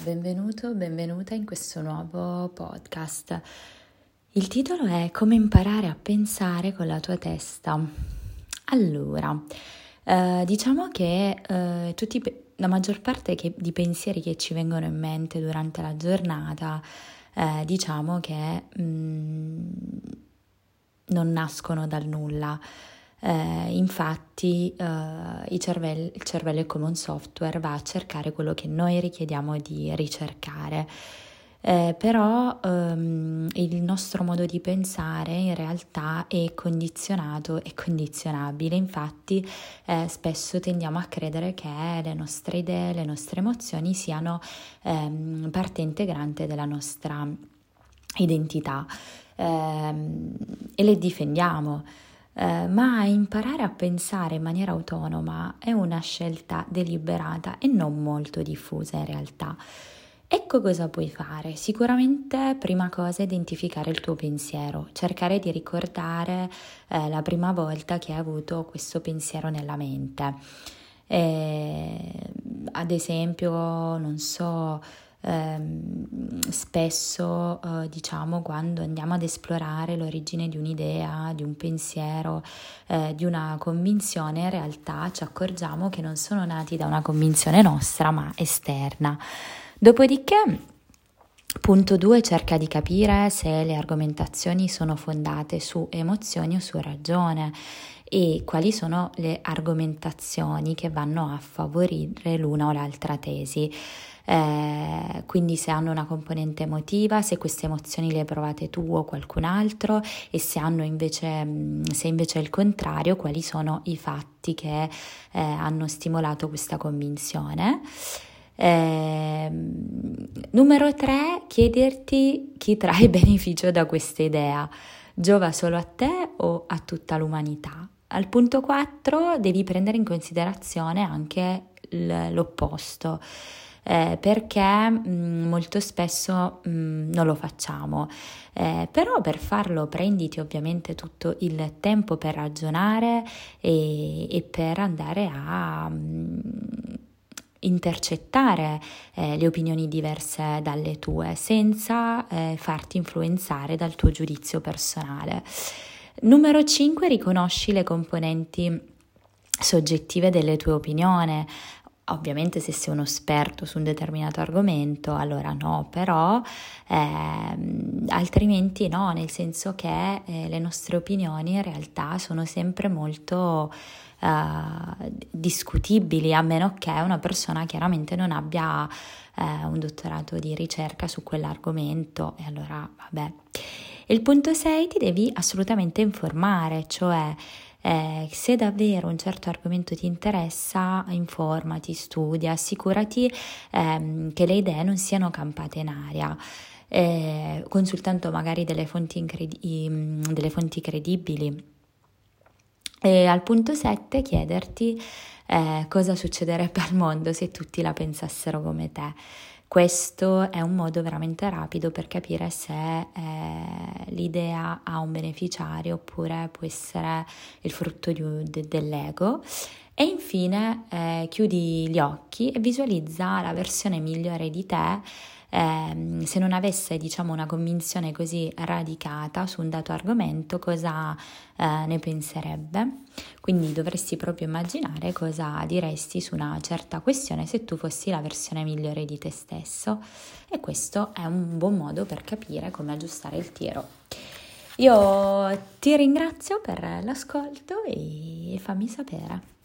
benvenuto, benvenuta in questo nuovo podcast. Il titolo è Come imparare a pensare con la tua testa. Allora, diciamo che la maggior parte di pensieri che ci vengono in mente durante la giornata, diciamo che non nascono dal nulla. Infatti il cervello è come un software, va a cercare quello che noi richiediamo di ricercare, però il nostro modo di pensare in realtà è condizionato e condizionabile. Infatti spesso tendiamo a credere che le nostre idee, le nostre emozioni siano parte integrante della nostra identità e le difendiamo. Ma imparare a pensare in maniera autonoma è una scelta deliberata e non molto diffusa in realtà. Ecco cosa puoi fare. Sicuramente, prima cosa, identificare il tuo pensiero, cercare di ricordare la prima volta che hai avuto questo pensiero nella mente. Ad esempio, non so, spesso diciamo quando andiamo ad esplorare l'origine di un'idea, di un pensiero, di una convinzione, in realtà ci accorgiamo che non sono nati da una convinzione nostra ma esterna. Dopodiché, punto 2, cerca di capire se le argomentazioni sono fondate su emozioni o su ragione e quali sono le argomentazioni che vanno a favorire l'una o l'altra tesi. Quindi se hanno una componente emotiva, se queste emozioni le hai provate tu o qualcun altro, e se invece è il contrario, quali sono i fatti che hanno stimolato questa convinzione. Numero 3, chiederti chi trae beneficio da questa idea. Giova solo a te o a tutta l'umanità? Al punto 4 devi prendere in considerazione anche l'opposto, perché molto spesso non lo facciamo, però per farlo prenditi ovviamente tutto il tempo per ragionare e per andare a intercettare le opinioni diverse dalle tue senza farti influenzare dal tuo giudizio personale. Numero 5, riconosci le componenti soggettive delle tue opinioni. Ovviamente se sei uno esperto su un determinato argomento allora no, però altrimenti no, nel senso che le nostre opinioni in realtà sono sempre molto discutibili, a meno che una persona chiaramente non abbia un dottorato di ricerca su quell'argomento, e allora vabbè. E il punto 6, ti devi assolutamente informare, cioè se davvero un certo argomento ti interessa, informati, studia, assicurati che le idee non siano campate in aria, consultando magari delle fonti credibili. E al punto 7, chiederti cosa succederebbe al mondo se tutti la pensassero come te. Questo è un modo veramente rapido per capire se l'idea ha un beneficiario oppure può essere il frutto dell'ego. E infine chiudi gli occhi e visualizza la versione migliore di te se non avesse, diciamo, una convinzione così radicata su un dato argomento, cosa ne penserebbe. Quindi dovresti proprio immaginare cosa diresti su una certa questione se tu fossi la versione migliore di te stesso, e questo è un buon modo per capire come aggiustare il tiro. Io ti ringrazio per l'ascolto e fammi sapere.